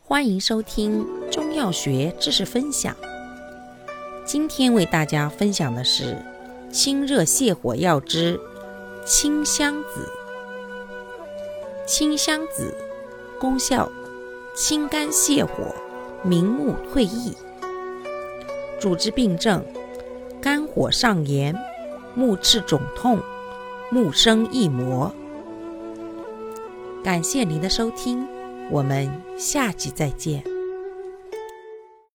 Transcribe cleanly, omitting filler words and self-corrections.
欢迎收听中药学知识分享。今天为大家分享的是清热泻火药之清香子。清香子功效：清肝泻火，明目退翳。主治病症：肝火上炎、目赤肿痛、目生翳膜。感谢您的收听，我们下集再见。